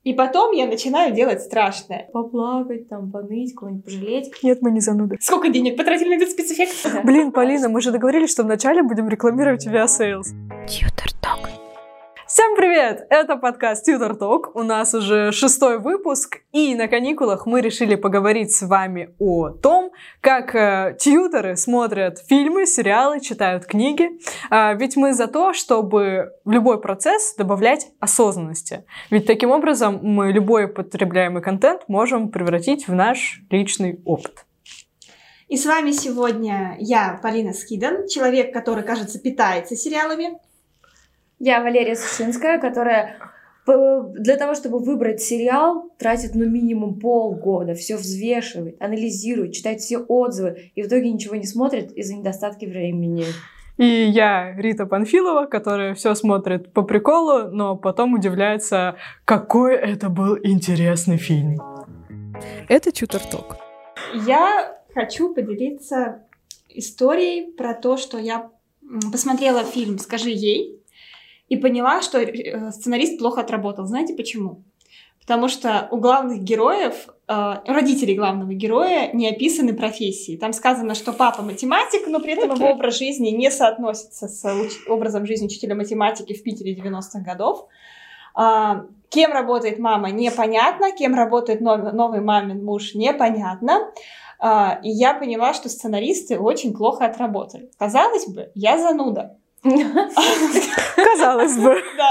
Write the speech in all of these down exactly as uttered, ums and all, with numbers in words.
И потом я начинаю делать страшное. Поплакать, там, поныть, кого-нибудь пожалеть. Нет, мы не зануды. Сколько денег потратили на этот спецэффект? Блин, Полина, мы же договорились, что вначале будем рекламировать Viasales. Tutor Talk. Всем привет! Это подкаст Tutor Talk. У нас уже шестой выпуск. И на каникулах мы решили поговорить с вами о том, как э, тьюторы смотрят фильмы, сериалы, читают книги. А, ведь мы за то, чтобы в любой процесс добавлять осознанности. Ведь таким образом мы любой потребляемый контент можем превратить в наш личный опыт. И с вами сегодня я, Полина Скидан, человек, который, кажется, питается сериалами. Я Валерия Сушинская, которая для того, чтобы выбрать сериал, тратит ну минимум полгода, все взвешивает, анализирует, читает все отзывы и в итоге ничего не смотрит из-за недостатка времени. И я, Рита Панфилова, которая все смотрит по приколу, но потом удивляется, какой это был интересный фильм. Это Tutor Talk. Я хочу поделиться историей про то, что я посмотрела фильм «Скажи ей», и поняла, что сценарист плохо отработал. Знаете почему? Потому что у главных героев, э, родителей главного героя не описаны профессии. Там сказано, что папа математик, но при этом okay. его образ жизни не соотносится с уч- образом жизни учителя математики в Питере девяностых годов. Э, кем работает мама, непонятно. Кем работает нов- новый мамин муж, непонятно. Э, и я поняла, что сценаристы очень плохо отработали. Казалось бы, я зануда. Казалось бы. Да.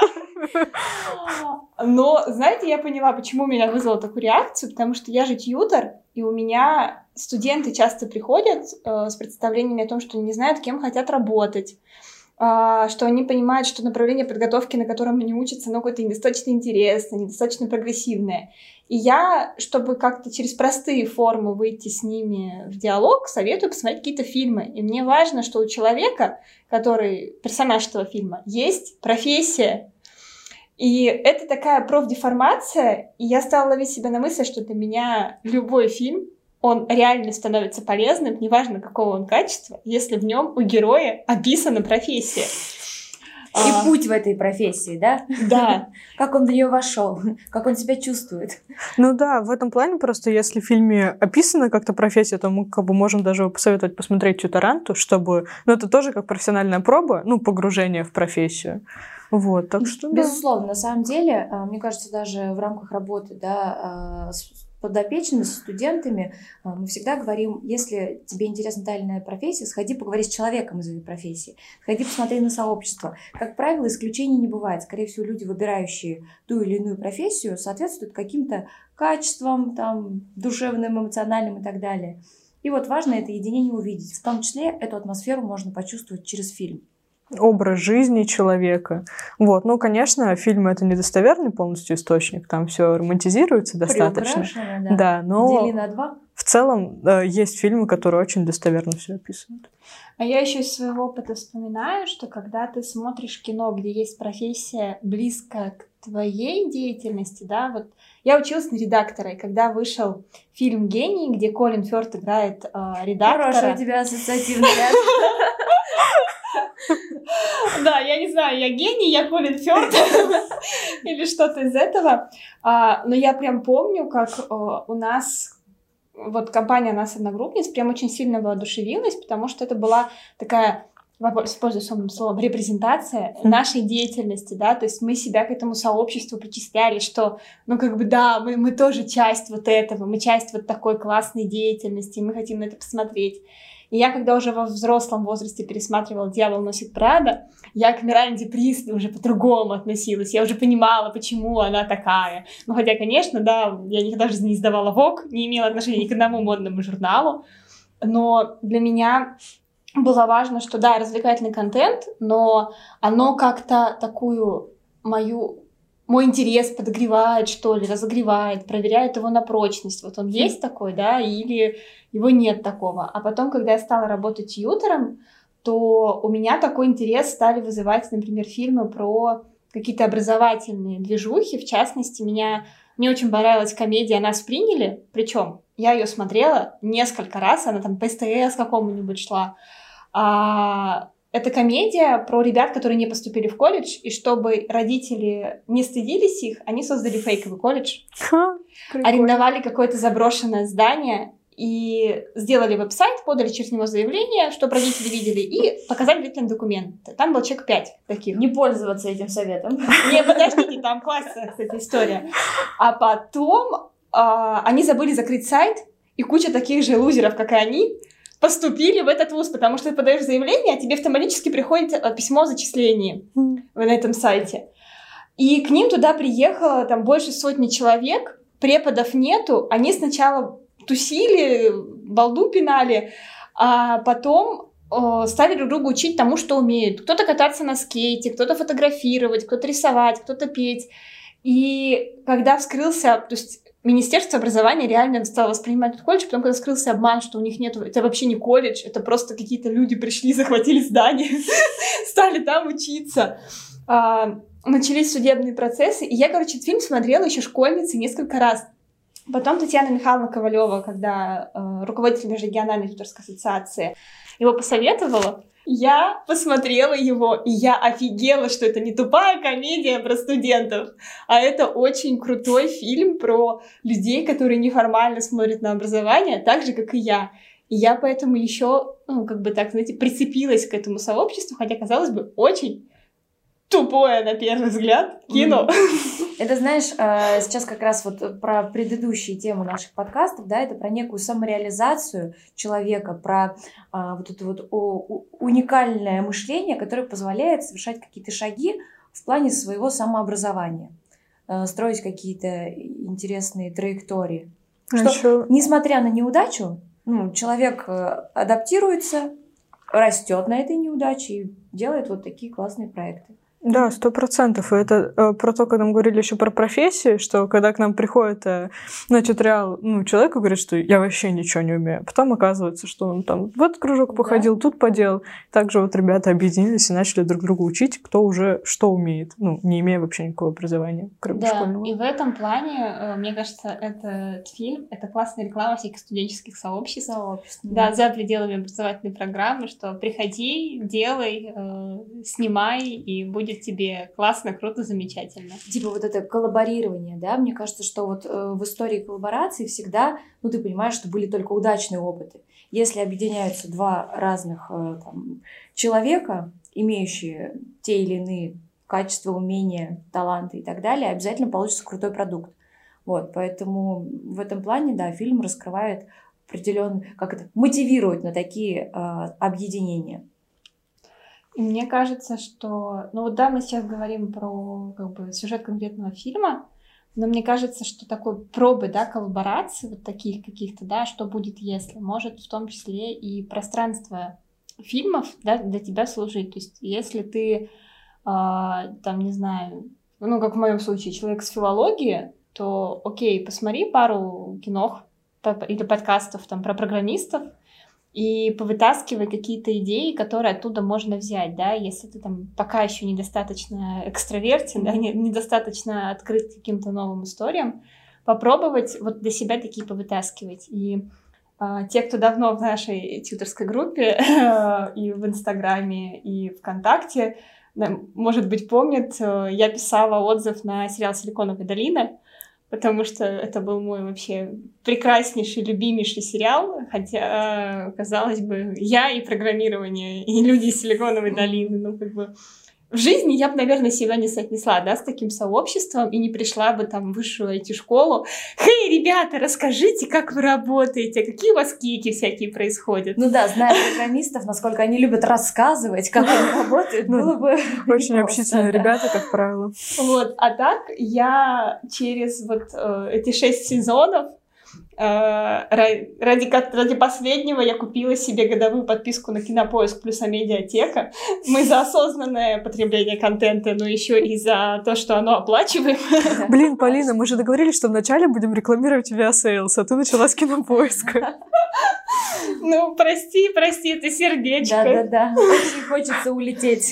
Но, знаете, я поняла, почему меня вызвало такую реакцию, потому что я же тьютор, и у меня студенты часто приходят э, с представлениями о том, что не знают, кем хотят работать, э, что они понимают, что направление подготовки, на котором они учатся, оно какое-то недостаточно интересное, недостаточно прогрессивное. И я, чтобы как-то через простые формы выйти с ними в диалог, советую посмотреть какие-то фильмы. И мне важно, что у человека, который персонаж этого фильма, есть профессия. И это такая профдеформация, и я стала ловить себя на мысли, что для меня любой фильм, он реально становится полезным, неважно какого он качества, если в нем у героя описана профессия. И а... путь в этой профессии, да? Да. Как он в нее вошел, как он себя чувствует. Ну да, в этом плане просто, если в фильме описана как-то профессия, то мы как бы можем даже посоветовать посмотреть тьюторанту, чтобы... Ну это тоже как профессиональная проба, ну погружение в профессию. Вот, так что да. Безусловно, на самом деле, мне кажется, даже в рамках работы, да, с подопечными, с студентами, мы всегда говорим, если тебе интересна та или иная профессия, сходи поговори с человеком из этой профессии, сходи посмотри на сообщество. Как правило, исключений не бывает. Скорее всего, люди, выбирающие ту или иную профессию, соответствуют каким-то качествам, там, душевным, эмоциональным и так далее. И вот важно это единение увидеть. В том числе эту атмосферу можно почувствовать через фильм. Образ жизни человека. Вот. Ну, конечно, фильмы — это недостоверный полностью источник, там все романтизируется достаточно. Да. Да, но Дели на два. В целом есть фильмы, которые очень достоверно все описывают. А я еще из своего опыта вспоминаю, что когда ты смотришь кино, где есть профессия близкая к твоей деятельности, да, вот я училась на редактора, и когда вышел фильм «Гений», где Колин Фёрд играет э, редактора... Хороший у тебя ассоциативный ряд. Да, я не знаю, я гений, я Колин Фёрд или что-то из этого. А, но я прям помню, как а, у нас, вот компания нас одногруппниц прям очень сильно воодушевилась, потому что это была такая, используя умным словом, репрезентация нашей деятельности, да, то есть мы себя к этому сообществу причисляли, что, ну, как бы, да, мы, мы тоже часть вот этого, мы часть вот такой классной деятельности, и мы хотим на это посмотреть. И я, когда уже во взрослом возрасте пересматривала «Дьявол носит Прада», я к Миранде Присли уже по-другому относилась. Я уже понимала, почему она такая. Ну, хотя, конечно, да, я никогда в жизни не издавала Vogue, не имела отношения ни к одному модному журналу. Но для меня было важно, что, да, развлекательный контент, но оно как-то такую мою... мой интерес подогревает, что ли, разогревает, проверяет его на прочность. Вот он есть такой, да, или его нет такого. А потом, когда я стала работать тьютором, то у меня такой интерес стали вызывать, например, фильмы про какие-то образовательные движухи. В частности, меня, мне очень понравилась комедия «Нас приняли». Причем я ее смотрела несколько раз, она там по СТС какому-нибудь шла. А это комедия про ребят, которые не поступили в колледж, и чтобы родители не стыдились их, они создали фейковый колледж, Ха, арендовали какое-то заброшенное здание и сделали веб-сайт, подали через него заявление, чтобы родители видели, и показали родителям документы. Там был человек пять таких. Не пользоваться этим советом. Не, подождите, там классная, кстати, история. А потом а, они забыли закрыть сайт, и куча таких же лузеров, как и они, поступили в этот вуз, потому что ты подаешь заявление, а тебе автоматически приходит письмо о зачислении mm. на этом сайте. И к ним туда приехало там больше сотни человек, преподов нету, они сначала тусили, балду пинали, а потом о, стали друг друга учить тому, что умеют. Кто-то кататься на скейте, кто-то фотографировать, кто-то рисовать, кто-то петь. И когда вскрылся, то есть Министерство образования реально стало воспринимать этот колледж, потом, когда скрылся обман, что у них нет, это вообще не колледж, это просто какие-то люди пришли, захватили здание, стали там учиться. А, начались судебные процессы, и я, короче, этот фильм смотрела еще школьницей несколько раз. Потом Татьяна Михайловна Ковалева, когда э, руководитель Межрегиональной туторской ассоциации, его посоветовала, я посмотрела его, и я офигела, что это не тупая комедия про студентов, а это очень крутой фильм про людей, которые неформально смотрят на образование, так же, как и я. И я поэтому еще, ну, как бы так, знаете, прицепилась к этому сообществу, хотя, казалось бы, очень тупое, на первый взгляд, кино. Это, знаешь, сейчас как раз вот про предыдущие темы наших подкастов, да, это про некую самореализацию человека, про вот это вот уникальное мышление, которое позволяет совершать какие-то шаги в плане своего самообразования, строить какие-то интересные траектории. Что, Еще... несмотря на неудачу, ну, человек адаптируется, растет на этой неудаче и делает вот такие классные проекты. Да, сто процентов. И это э, про то, когда мы говорили еще про профессии, что когда к нам приходит, э, значит, реал, ну, человек говорит, что я вообще ничего не умею. Потом оказывается, что он там в этот кружок походил, да. Тут поделал. Также вот ребята объединились и начали друг друга учить, кто уже что умеет, ну, не имея вообще никакого образования, кроме да, школьного. И в этом плане, мне кажется, этот фильм — это классная реклама всяких студенческих сообществ. Сообществ. Да, за пределами образовательной программы, что приходи, делай, э, снимай, и будет тебе классно, круто, замечательно. Типа вот это коллаборирование, да, мне кажется, что вот э, в истории коллаборации всегда, ну, ты понимаешь, что были только удачные опыты. Если объединяются два разных э, там, человека, имеющие те или иные качества, умения, таланты и так далее, обязательно получится крутой продукт. Вот, поэтому в этом плане, да, фильм раскрывает определенно, как это, мотивирует на такие э, объединения. И мне кажется, что... Ну вот да, мы сейчас говорим про как бы сюжет конкретного фильма, но мне кажется, что такой пробы, да, коллаборации, вот таких каких-то, да, что будет если, может в том числе и пространство фильмов, да, для тебя служить. То есть если ты, э, там, не знаю, ну как в моем случае, человек с филологии, то окей, посмотри пару кинох или подкастов там про программистов, и повытаскивай какие-то идеи, которые оттуда можно взять, да, если ты там пока еще недостаточно экстравертен, да, не, недостаточно открыт к каким-то новым историям, попробовать вот для себя такие повытаскивать. И а, те, кто давно в нашей тьюторской группе и в Инстаграме, и ВКонтакте, да, может быть, помнят, я писала отзыв на сериал «Силиконовая долина», потому что это был мой вообще прекраснейший, любимейший сериал, хотя, казалось бы, я и программирование, и люди из Силиконовой долины, ну, как бы... В жизни я бы, наверное, себя не соотнесла, да, с таким сообществом и не пришла бы там в высшую ай ти-школу. Хей, ребята, расскажите, как вы работаете, какие у вас кики всякие происходят. Ну да, зная программистов, насколько они любят рассказывать, как они работают, было бы очень общительные ребята, как правило. Вот, а так я через вот эти шесть сезонов Ради, ради последнего я купила себе годовую подписку на Кинопоиск плюс Амедиатека. Мы за осознанное потребление контента, но еще и за то, что оно оплачиваем. Блин, Полина, мы же договорились, что вначале будем рекламировать Viasales, а ты начала с Кинопоиска. Ну, прости, прости, это сердечко. Да-да-да, очень хочется улететь.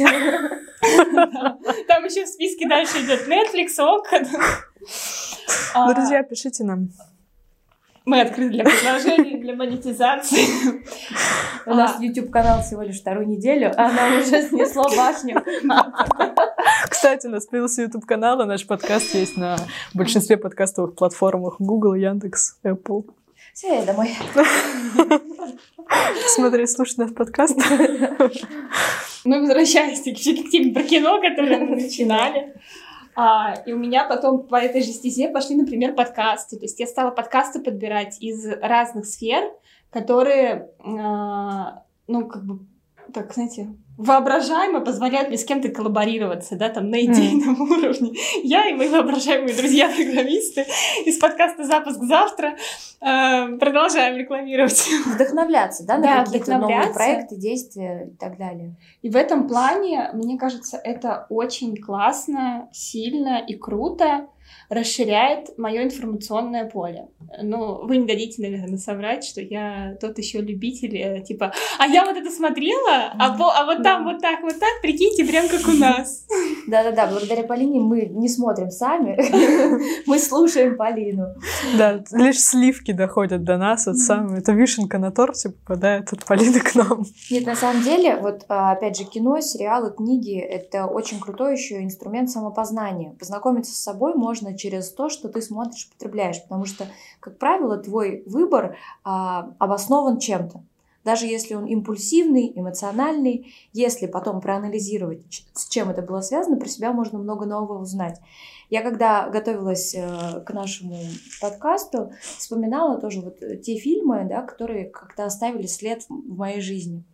Там еще в списке дальше идет Netflix, Okko. Друзья, пишите нам. Мы открыты для предложений, для монетизации. У нас YouTube-канал всего лишь вторую неделю, а нам уже снесло башню. Кстати, у нас появился YouTube-канал, и наш подкаст есть на большинстве подкастовых платформах: Google, Яндекс, Apple. Все, я домой. Смотри, слушай наш подкаст. Мы возвращаемся к теме про кино, которое мы начинали. А, и у меня потом по этой же стезе пошли, например, подкасты. То есть я стала подкасты подбирать из разных сфер, которые, а, ну, как бы, так, знаете, воображаемо позволяют мне с кем-то коллаборироваться, да, там, на идейном mm. уровне. Я и мои воображаемые друзья-программисты из подкаста «Запуск завтра» э, продолжаем рекламировать. Вдохновляться, да, на да, какие-то новые проекты, действия и так далее. И в этом плане, мне кажется, это очень классно, сильно и круто расширяет мое информационное поле. Ну, вы не дадите, наверное, соврать, что я тот еще любитель, типа, а я вот это смотрела, а, по, а вот там вот так, вот так, прикиньте, прям как у нас. Да-да-да, благодаря Полине мы не смотрим сами, мы слушаем Полину. Да, лишь сливки доходят до нас, вот самое, это вишенка на торте попадает от Полины к нам. Нет, на самом деле, вот опять же, кино, сериалы, книги — это очень крутой еще инструмент самопознания. Познакомиться с собой можно через то, что ты смотришь, потребляешь, потому что, как правило, твой выбор а, обоснован чем-то. Даже если он импульсивный, эмоциональный, если потом проанализировать, с чем это было связано, про себя можно много нового узнать. Я когда готовилась э, к нашему подкасту, вспоминала тоже вот те фильмы, да, которые как-то оставили след в моей жизни.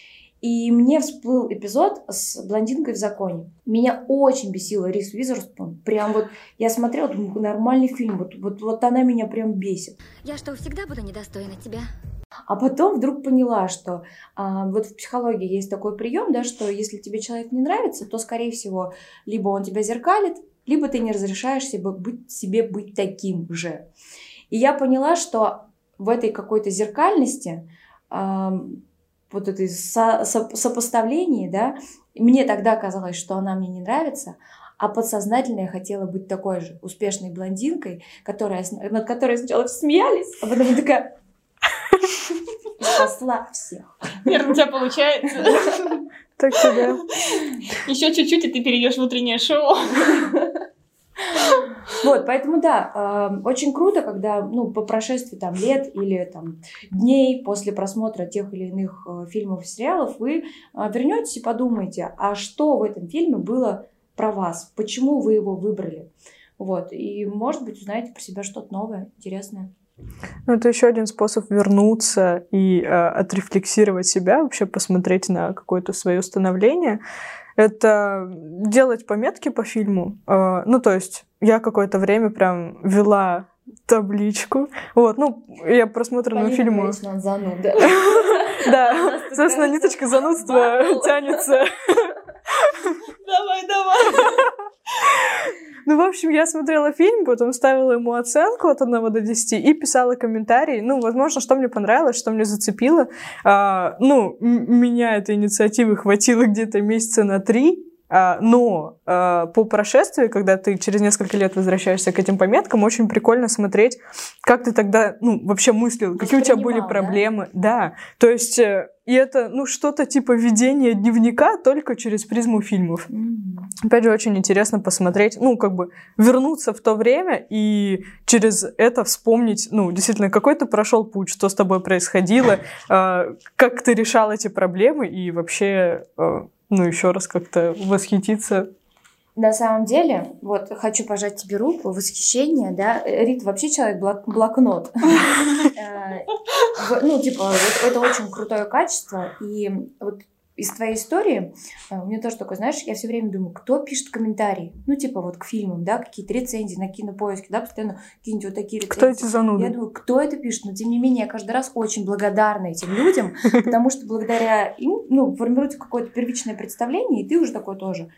И мне всплыл эпизод с «Блондинкой в законе». Меня очень бесила Риз Уизерспун. Прям вот я смотрела, думаю, нормальный фильм. Вот, вот, вот она меня прям бесит. Я что, всегда буду недостойна тебя? А потом вдруг поняла, что а, вот в психологии есть такой прием, да, что если тебе человек не нравится, то, скорее всего, либо он тебя зеркалит, либо ты не разрешаешь себе быть, себе быть таким же. И я поняла, что в этой какой-то зеркальности... А, вот этой со- со- сопоставлении, да, мне тогда казалось, что она мне не нравится, а подсознательно я хотела быть такой же успешной блондинкой, которая, над которой сначала смеялись, а потом такая спасла всех. Верно, у тебя получается. Так себе. Еще чуть-чуть, и ты перейдешь в утреннее шоу. Вот, поэтому да, э, очень круто, когда, ну, по прошествии там лет или там дней после просмотра тех или иных э, фильмов и сериалов вы э, вернетесь и подумаете, а что в этом фильме было про вас, почему вы его выбрали, вот, и, может быть, узнаете про себя что-то новое, интересное. Ну, это еще один способ вернуться и э, отрефлексировать себя, вообще посмотреть на какое-то свое становление. Это делать пометки по фильму. Э, ну, то есть я какое-то время прям вела табличку. Вот, ну, я просмотренному фильму... Говорит, что он зануда. Да, собственно, ниточка занудства тянется. Давай, давай. Ну, в общем, я смотрела фильм, потом ставила ему оценку от одного до десяти и писала комментарии. Ну, возможно, что мне понравилось, что мне зацепило. А, ну, м- меня этой инициативы хватило где-то месяца на три. А, но а, по прошествии, когда ты через несколько лет возвращаешься к этим пометкам, очень прикольно смотреть, как ты тогда, ну, вообще мыслил, какие у тебя были проблемы. Да? Да, то есть... И это, ну, что-то типа ведения дневника только через призму фильмов. Mm-hmm. Опять же, очень интересно посмотреть, ну, как бы вернуться в то время и через это вспомнить, ну, действительно, какой ты прошел путь, что с тобой происходило, э, как ты решал эти проблемы и вообще, э, ну, еще раз как-то восхититься. На самом деле, вот, хочу пожать тебе руку, восхищение, да, Рит вообще человек-блокнот. Ну, типа, это очень крутое качество, и вот из твоей истории у меня тоже такое, знаешь, я все время думаю, кто пишет комментарии, ну, типа, вот к фильмам, да, какие-то рецензии на Кинопоиске, да, постоянно какие-нибудь вот такие рецензии. Кто эти зануды? Я думаю, кто это пишет, но, тем не менее, я каждый раз очень благодарна этим людям, потому что благодаря им, ну, формируется какое-то первичное представление, и ты уже такой тоже...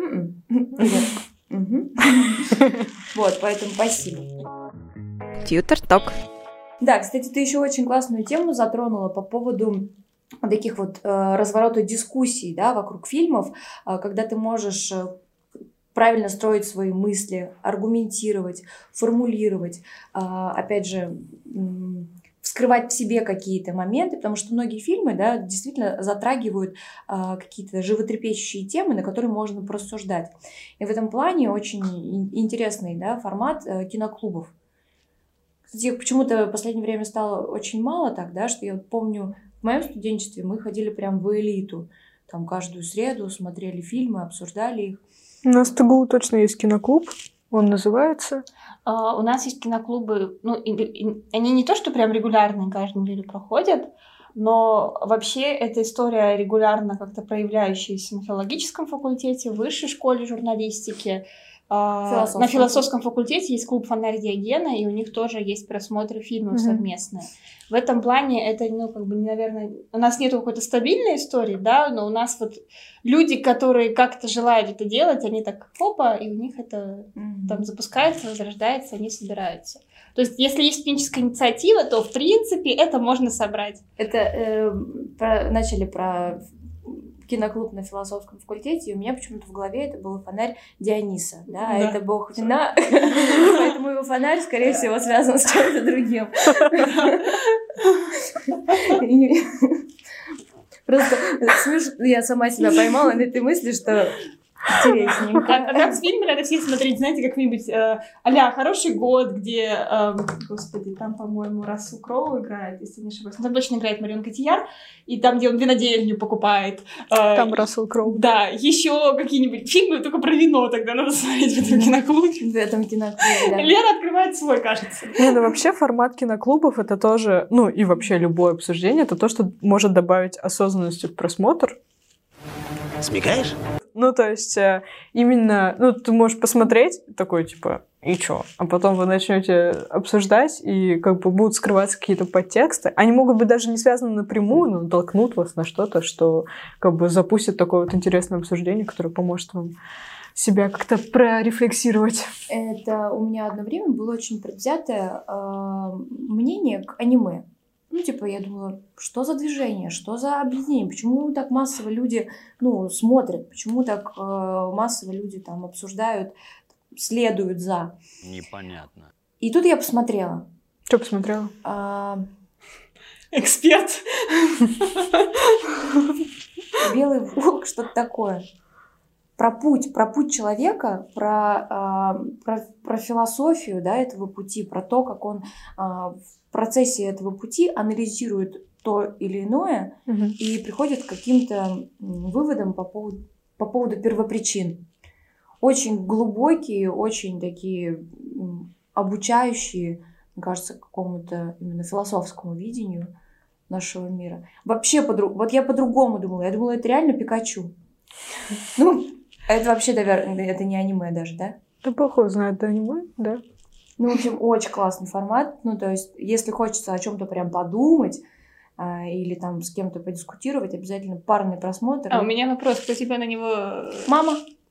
Вот, поэтому спасибо. Тьютор Ток. Да, кстати, ты еще очень классную тему затронула по поводу таких вот э, разворотов дискуссий, да, вокруг фильмов, э, когда ты можешь э, правильно строить свои мысли, аргументировать, формулировать. Э, опять же, э, вскрывать в себе какие-то моменты, потому что многие фильмы, да, действительно затрагивают а, какие-то животрепещущие темы, на которые можно порассуждать. И в этом плане очень интересный, да, формат а, киноклубов. Кстати, их почему-то в последнее время стало очень мало так, да, что я вот помню, в моем студенчестве мы ходили прям в элиту. Там каждую среду смотрели фильмы, обсуждали их. У нас в ТГУ точно есть киноклуб. Он называется... Uh, у нас есть киноклубы, ну, и, и, они не то, что прям регулярно каждую неделю проходят, но вообще эта история регулярно как-то проявляющаяся на филологическом факультете, в высшей школе журналистики. Uh, на философском факультете есть клуб «Фонарь Диогена», и у них тоже есть просмотры фильмов mm-hmm. совместные. В этом плане это, ну, как бы, наверное, у нас нет какой-то стабильной истории, да, но у нас вот люди, которые как-то желают это делать, они так, опа, и у них это mm-hmm. там запускается, возрождается, они собираются. То есть, если есть студенческая инициатива, то, в принципе, это можно собрать. Это э, про, начали про киноклуб на философском факультете, и у меня почему-то в голове это был фонарь Диониса, да, а да. это бог вина, поэтому его фонарь, скорее всего, связан с чем-то другим. Просто смешно, я сама себя поймала на этой мысли, что интересненько. А там с фильмами надо все смотреть, знаете, как-нибудь э, а-ля «Хороший год», где, э, господи, там, по-моему, Рассел Кроу играет, если не ошибаюсь. Там точно играет Марион Котийяр, и там, где он винодельню покупает. Э, там Рассел Кроу. Да, еще какие-нибудь фильмы, только про вино тогда надо смотреть в этом киноклубе. В этом киноклубе, да. Лера открывает свой, кажется. Не, ну вообще формат киноклубов — это тоже, ну и вообще любое обсуждение, это то, что может добавить осознанности в просмотр. Смекаешь? Ну, то есть, именно, ну, ты можешь посмотреть, такой, типа, и чё? А потом вы начнете обсуждать, и как бы будут скрываться какие-то подтексты. Они могут быть даже не связаны напрямую, но толкнут вас на что-то, что как бы запустит такое вот интересное обсуждение, которое поможет вам себя как-то прорефлексировать. Это у меня одно время было очень предвзятое э, мнение к аниме. Ну, типа, я думала, что за движение, что за объединение, почему так массово люди, ну, смотрят, почему так э, массово люди там обсуждают, следуют за. Непонятно. И тут я посмотрела. Что посмотрела? А... Эксперт. Белый волк, что-то такое. Про путь, про путь человека, про, э, про, про философию, да, этого пути, про то, как он э, в процессе этого пути анализирует то или иное угу. и приходит к каким-то выводам по поводу, по поводу первопричин. Очень глубокие, очень такие обучающие, мне кажется, какому-то именно философскому видению нашего мира. Вообще, подруг... вот я по-другому думала. Я думала, это реально Пикачу. Ну, это вообще, наверное, это не аниме даже, да? Да плохо знает аниме, да. Ну, в общем, очень классный формат. Ну, то есть, если хочется о чем-то прям подумать а, или там с кем-то подискутировать, обязательно парный просмотр. А, у меня вопрос, кто тебя на него... Мама.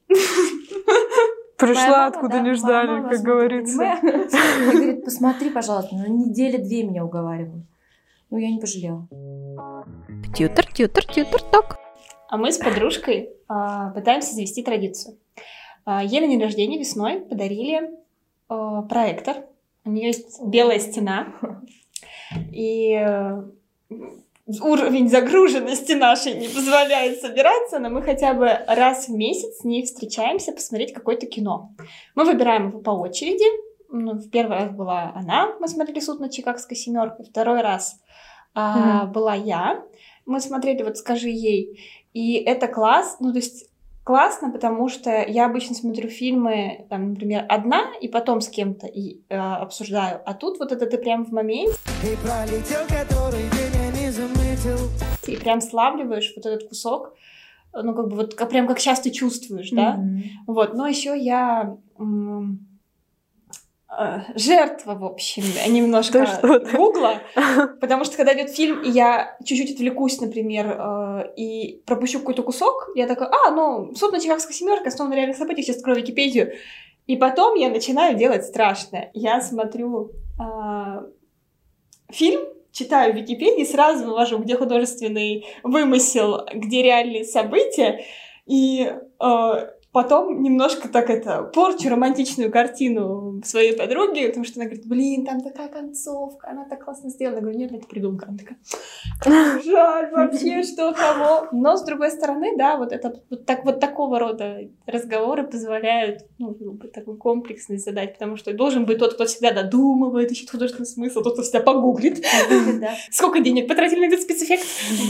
Пришла, откуда не ждали, как говорится. Говорит, посмотри, пожалуйста, на неделе две меня уговаривала. Ну, я не пожалела. Тьютор, тьютор, тьютор, ток. А мы с подружкой а, пытаемся завести традицию. А, ей на день рождения весной подарили а, проектор. У нее есть белая стена. И а, уровень загруженности нашей не позволяет собираться, но мы хотя бы раз в месяц с ней встречаемся посмотреть какое-то кино. Мы выбираем его по очереди. Ну, в первый раз была она, мы смотрели «Суд над Чикагской семеркой». Второй раз а, mm-hmm. была я. Мы смотрели вот «Скажи ей». И это класс, ну, то есть классно, потому что я обычно смотрю фильмы, там, например, одна, и потом с кем-то и, э, обсуждаю. А тут вот это ты прям в моменте. И пролетел, который меня не заметил. И прям славливаешь вот этот кусок, ну, как бы вот как, прям как сейчас ты чувствуешь, да? Mm-hmm. Вот, но еще я... М- жертва, в общем, немножко гугла, потому что когда идет фильм, и я чуть-чуть отвлекусь, например, э, и пропущу какой-то кусок, я такая, а, ну, «Суд над Чикагской семеркой», основан на реальных событиях, сейчас открою Википедию, и потом я начинаю делать страшное. Я смотрю э, фильм, читаю в Википедии, сразу вывожу, где художественный вымысел, где реальные события, и... Э, потом немножко так это порчу романтичную картину своей подруги, потому что она говорит, блин, там такая концовка, она так классно сделала. Я говорю, нет, это придумка. Она такая, как жаль вообще, что кого. Но, с другой стороны, да, вот, это, вот, так, вот такого рода разговоры позволяют ну, такую комплексность задать, потому что должен быть тот, кто всегда додумывает, ищет художественный смысл, тот, кто всегда погуглит. Сколько денег потратили на этот спецэффект?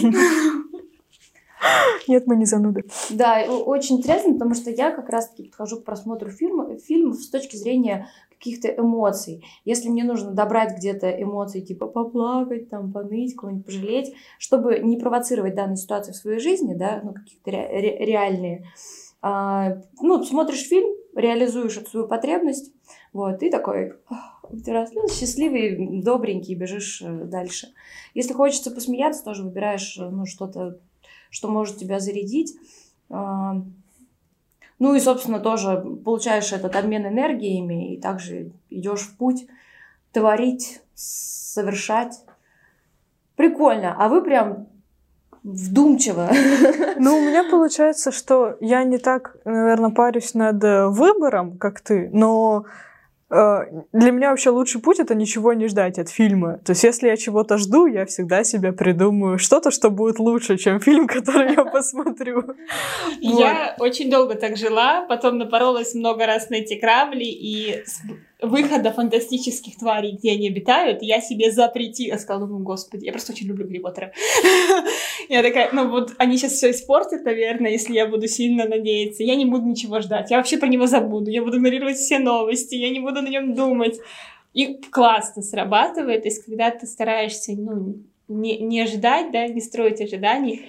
Нет, мы не зануды. Да, очень интересно, потому что я как раз-таки подхожу к просмотру фильма, фильмов с точки зрения каких-то эмоций. Если мне нужно добрать где-то эмоции, типа поплакать, там, поныть, кого-нибудь пожалеть, чтобы не провоцировать данные ситуации в своей жизни, да, ну, какие-то ре- ре- реальные, а, ну, смотришь фильм, реализуешь эту свою потребность, вот, и такой ну, счастливый, добренький, бежишь дальше. Если хочется посмеяться, тоже выбираешь, ну, что-то, что может тебя зарядить. Ну и, собственно, тоже получаешь этот обмен энергиями и также идешь в путь творить, совершать. Прикольно. А вы прям вдумчиво. Ну, у меня получается, что я не так, наверное, парюсь над выбором, как ты, но для меня вообще лучший путь — это ничего не ждать от фильма. То есть, если я чего-то жду, я всегда себе придумаю что-то, что будет лучше, чем фильм, который я посмотрю. Я очень долго так жила, потом напоролась много раз на эти грабли, и с выхода фантастических тварей, где они обитают, я себе запретила. Сказала, ну, господи, я просто очень люблю Гарри Поттера. Я такая, ну вот они сейчас все испортят, наверное, если я буду сильно надеяться. Я не буду ничего ждать. Я вообще про него забуду. Я буду игнорировать все новости. Я не буду на нем думать. И классно срабатывает. То есть, когда ты стараешься, ну, не, не ждать, да, не строить ожиданий.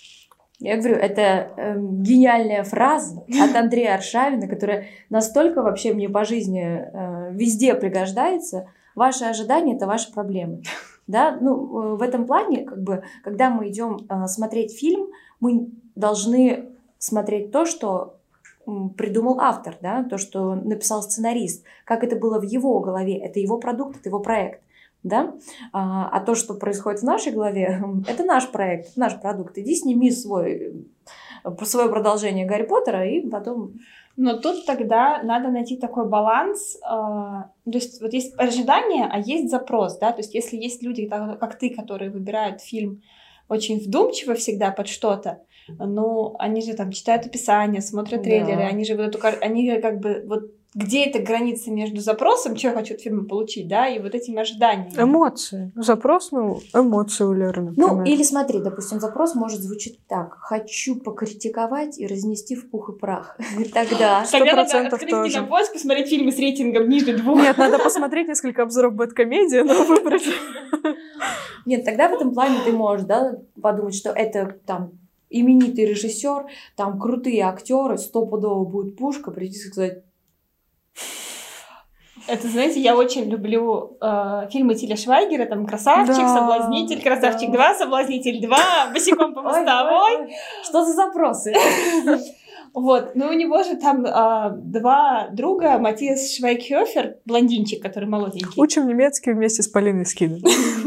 Я говорю, это э, гениальная фраза от Андрея Аршавина, которая настолько вообще мне по жизни э, везде пригождается. Ваши ожидания — это ваши проблемы. Да? Ну, э, в этом плане, как бы, когда мы идем э, смотреть фильм, мы должны смотреть то, что э, придумал автор, да? То, что написал сценарист, как это было в его голове. Это его продукт, это его проект. Да? А, а то, что происходит в нашей голове, это наш проект, наш продукт. Иди сними свой, свое продолжение Гарри Поттера и потом... Но тут тогда надо найти такой баланс. Э, то есть вот есть ожидание, а есть запрос. Да? То есть если есть люди, как ты, которые выбирают фильм очень вдумчиво всегда под что-то, ну, они же там читают описание, смотрят трейлеры, да. они же вот эту, они как бы вот где эта граница между запросом, что я хочу от фильма получить, да, и вот этими ожиданиями. Эмоции. Запрос, ну, эмоции у Леры, например. Ну, или смотри, допустим, запрос может звучать так. Хочу покритиковать и разнести в пух и прах. Тогда сто процентов тоже. тоже. Надо открыть посмотреть фильмы с рейтингом ниже двух. Нет, надо посмотреть несколько обзоров бэдкомедии, но выбрать. Нет, тогда в этом плане ты можешь, да, подумать, что это там именитый режиссер, там крутые актеры, стопудово будет пушка, прийти и сказать... Это, знаете, я очень люблю э, фильмы Тиля Швайгера, там «Красавчик», да, «Соблазнитель», «Красавчик да. два», «Соблазнитель два», «Босиком по мостовой». Ой, ой, ой. Что за запросы? Вот, ну у него же там а, два друга, Матиас Швайгхёфер, блондинчик, который молоденький. Учим немецкий вместе с Полиной Скидом.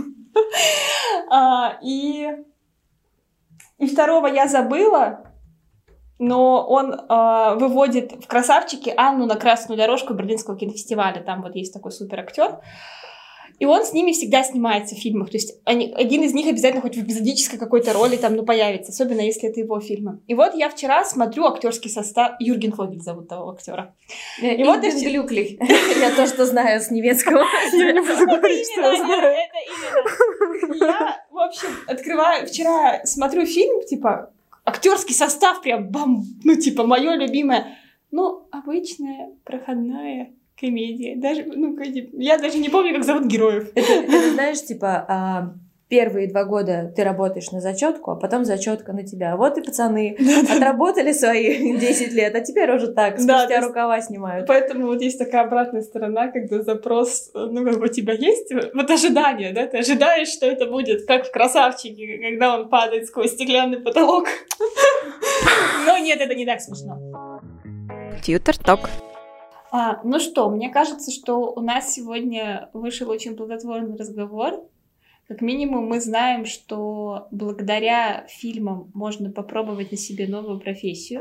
И и второго я забыла, но он э, выводит в «Красавчике» Анну на красную дорожку Берлинского кинофестиваля. Там вот есть такой супер актер. И он с ними всегда снимается в фильмах. То есть они, один из них обязательно хоть в эпизодической какой-то роли там, ну, появится, особенно если это его фильмы. И вот я вчера смотрю актерский состав. Юрген Фогель зовут того актера. И, и вот я Глюкли. Я то, что знаю с немецкого. Я не буду говорить, что я знаю. Это именно. Я, в общем, открываю, вчера смотрю фильм, типа, актерский состав прям, бам, ну, типа, мое любимое. Ну, обычная, проходная комедия. Даже, ну, я даже не помню, как зовут героев. Это, это знаешь, типа, а, первые два года ты работаешь на зачетку, а потом зачетка на тебя. Вот и пацаны отработали свои десять лет, а теперь уже так, спустя рукава снимают. Поэтому вот есть такая обратная сторона, когда запрос, ну, как бы у тебя есть вот ожидание, да, ты ожидаешь, что это будет, как в «Красавчике», когда он падает сквозь стеклянный потолок. Но нет, это не так смешно. Тьютор-ток. А, ну что, мне кажется, что у нас сегодня вышел очень плодотворный разговор. Как минимум мы знаем, что благодаря фильмам можно попробовать на себе новую профессию.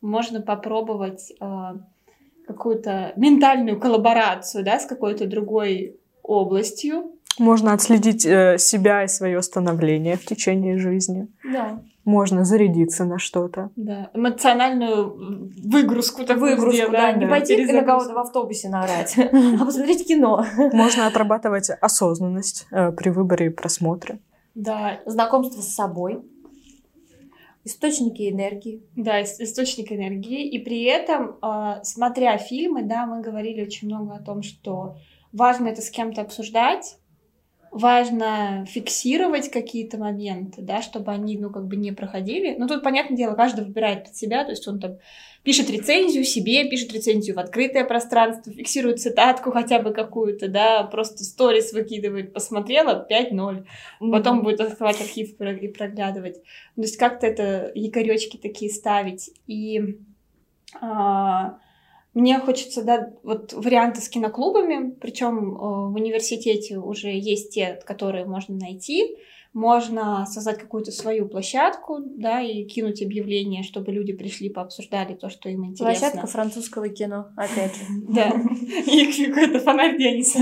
можно попробовать э, какую-то ментальную коллаборацию, да, с какой-то другой областью. Можно отследить э, себя и свое становление в течение жизни. Да. Можно зарядиться на что-то. Да, эмоциональную выгрузку такую Выгрузку, сделать, да, не да, пойти на перезагрузку. кого-то в автобусе наорать, а посмотреть кино. Можно отрабатывать осознанность э, при выборе и просмотре. Да, Знакомство с собой. Источники энергии. да, ис- источник энергии. И при этом, э, смотря фильмы, да, мы говорили очень много о том, что важно это с кем-то обсуждать, важно фиксировать какие-то моменты, да, чтобы они, ну, как бы не проходили. Ну, тут, понятное дело, каждый выбирает под себя, то есть он там пишет рецензию себе, пишет рецензию в открытое пространство, фиксирует цитатку хотя бы какую-то, да, просто сторис выкидывает, посмотрела, пять ноль, потом будет открывать архив и проглядывать. То есть как-то это якоречки такие ставить. И а, мне хочется, да, вот варианты с киноклубами, причем в университете уже есть те, которые можно найти. Можно создать какую-то свою площадку, да, и кинуть объявление, чтобы люди пришли, пообсуждали то, что им интересно. Площадка французского кино, опять же. Да. И какой-то фонарь Дениса.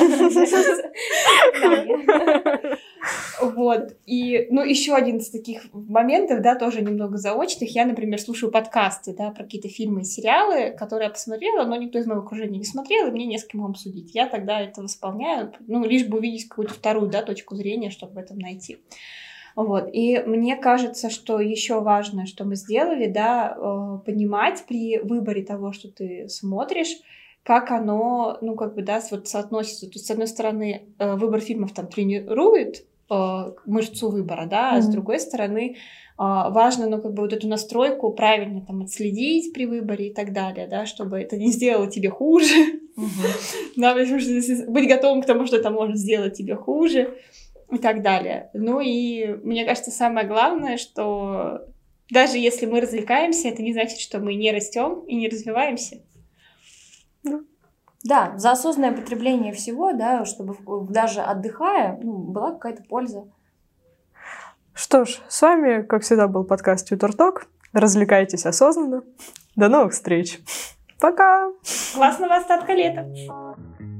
Вот. И, ну, еще один из таких моментов, да, тоже немного заочных. Я, например, слушаю подкасты, да, про какие-то фильмы и сериалы, которые я посмотрела, но никто из моего окружения не смотрел, и мне не с кем обсудить. Я тогда это восполняю, ну, лишь бы увидеть какую-то вторую, да, точку зрения, чтобы в этом найти. Вот. И мне кажется, что еще важно, что мы сделали, да, понимать при выборе того, что ты смотришь, как оно, ну, как бы, да, вот соотносится. То есть, с одной стороны, выбор фильмов там тренирует мышцу выбора, да, а mm-hmm. с другой стороны, важно, ну, как бы, вот эту настройку правильно там отследить при выборе и так далее, да, чтобы это не сделало тебе хуже. Mm-hmm. Да, потому что быть готовым к тому, что это может сделать тебе хуже и так далее. Ну, и мне кажется, самое главное, что даже если мы развлекаемся, это не значит, что мы не растем и не развиваемся. Да, за осознанное потребление всего, да, чтобы даже отдыхая, ну, была какая-то польза. Что ж, с вами, как всегда, был подкаст Tutor Talk. Развлекайтесь осознанно. До новых встреч. Пока! Классного остатка лета!